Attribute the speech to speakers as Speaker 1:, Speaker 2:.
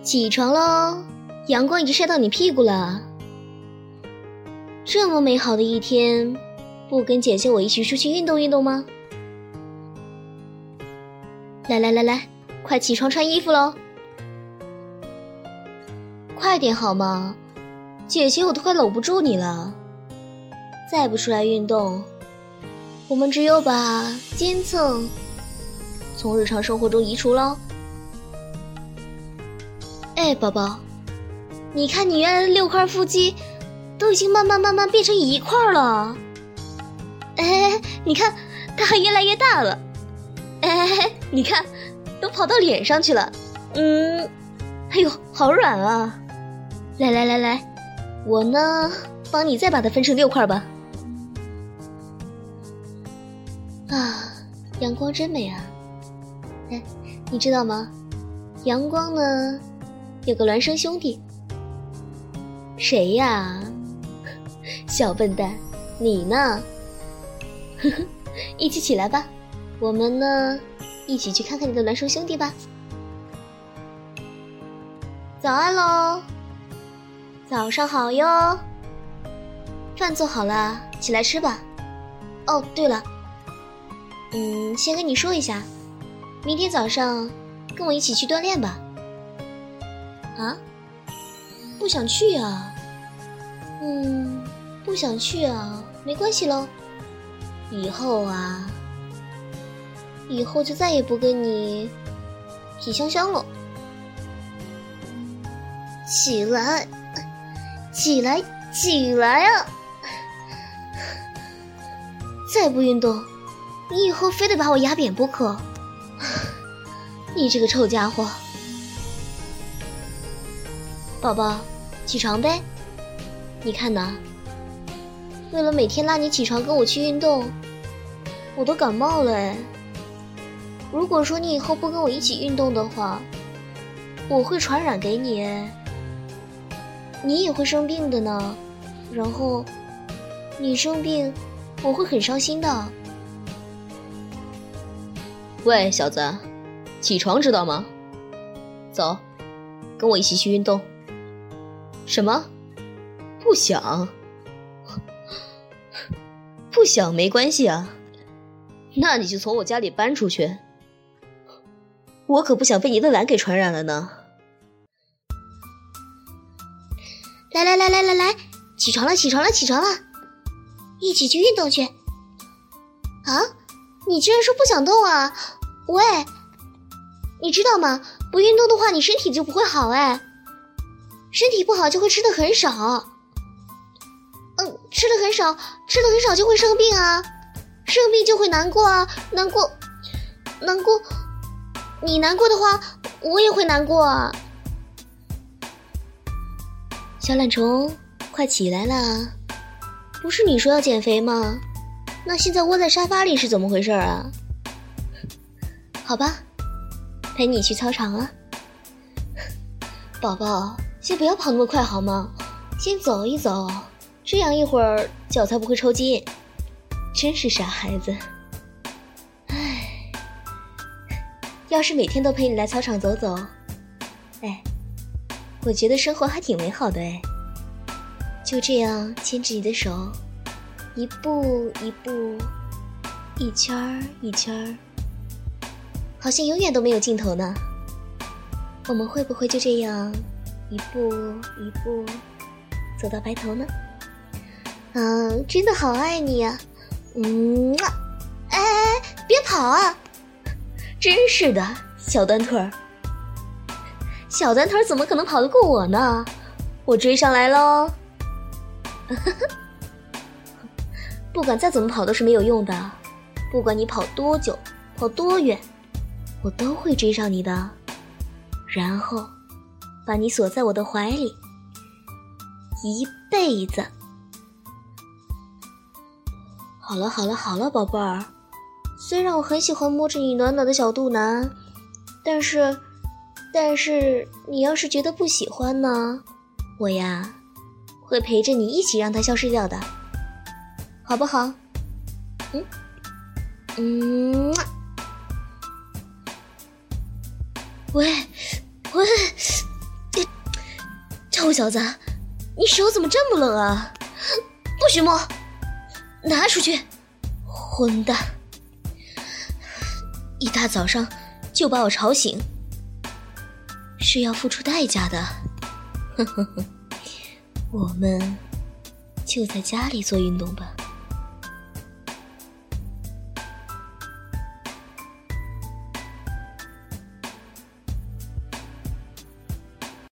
Speaker 1: 起床喽，阳光已经晒到你屁股了。这么美好的一天，不跟姐姐我一起出去运动运动吗？来，快起床穿衣服喽！快点好吗？姐姐我都快搂不住你了。再不出来运动，我们只有把肩蹭从日常生活中移除喽。哎，宝宝，你看你原来的6块腹肌都已经慢慢变成1块了。哎，你看它还越来越大了。哎，你看都跑到脸上去了。哎呦，好软啊！来，我呢帮你再把它分成6块吧。啊，阳光真美啊！哎，你知道吗？阳光呢有个孪生兄弟。谁呀？小笨蛋，你呢？一起起来吧，我们呢一起去看看你的孪生兄弟吧。早安喽，早上好哟。饭做好了，起来吃吧。哦，对了，先跟你说一下，明天早上跟我一起去锻炼吧。啊？不想去啊？不想去啊，没关系咯。以后就再也不跟你提香香了。起来啊！再不运动，你以后非得把我压扁不可。你这个臭家伙！宝宝，起床呗。你看呐，为了每天拉你起床跟我去运动，我都感冒了哎。如果说你以后不跟我一起运动的话，我会传染给你哎，你也会生病的呢。然后你生病，我会很伤心的。喂，小子，起床知道吗？走，跟我一起去运动。什么？不想？不想没关系啊，那你就从我家里搬出去。我可不想被你的懒给传染了呢。来，起床了，一起去运动去。啊？你居然说不想动啊？喂，你知道吗？不运动的话，你身体就不会好哎。身体不好就会吃得很少。吃得很少就会生病啊，生病就会难过啊，难过，你难过的话，我也会难过啊。小懒虫，快起来啦！不是你说要减肥吗？那现在窝在沙发里是怎么回事啊？好吧，陪你去操场啊。宝宝，先不要跑那么快好吗？先走一走，这样一会儿脚才不会抽筋。真是傻孩子。唉，要是每天都陪你来操场走走，我觉得生活还挺美好的哎。就这样牵着你的手，一步一步，一圈一圈，好像永远都没有尽头呢。我们会不会就这样一步一步走到白头呢？真的好爱你呀。别跑啊！真是的，小短腿儿。小短腿怎么可能跑得过我呢？我追上来咯。不管再怎么跑都是没有用的，不管你跑多久，跑多远，我都会追上你的，然后把你锁在我的怀里，一辈子。好了，宝贝儿，虽然我很喜欢摸着你暖暖的小肚腩，但是你要是觉得不喜欢呢，我呀会陪着你一起让它消失掉的，好不好？喂， 臭小子，你手怎么这么冷啊？不许摸，拿出去！混蛋，一大早上就把我吵醒，是要付出代价的。呵呵呵，我们就在家里做运动吧。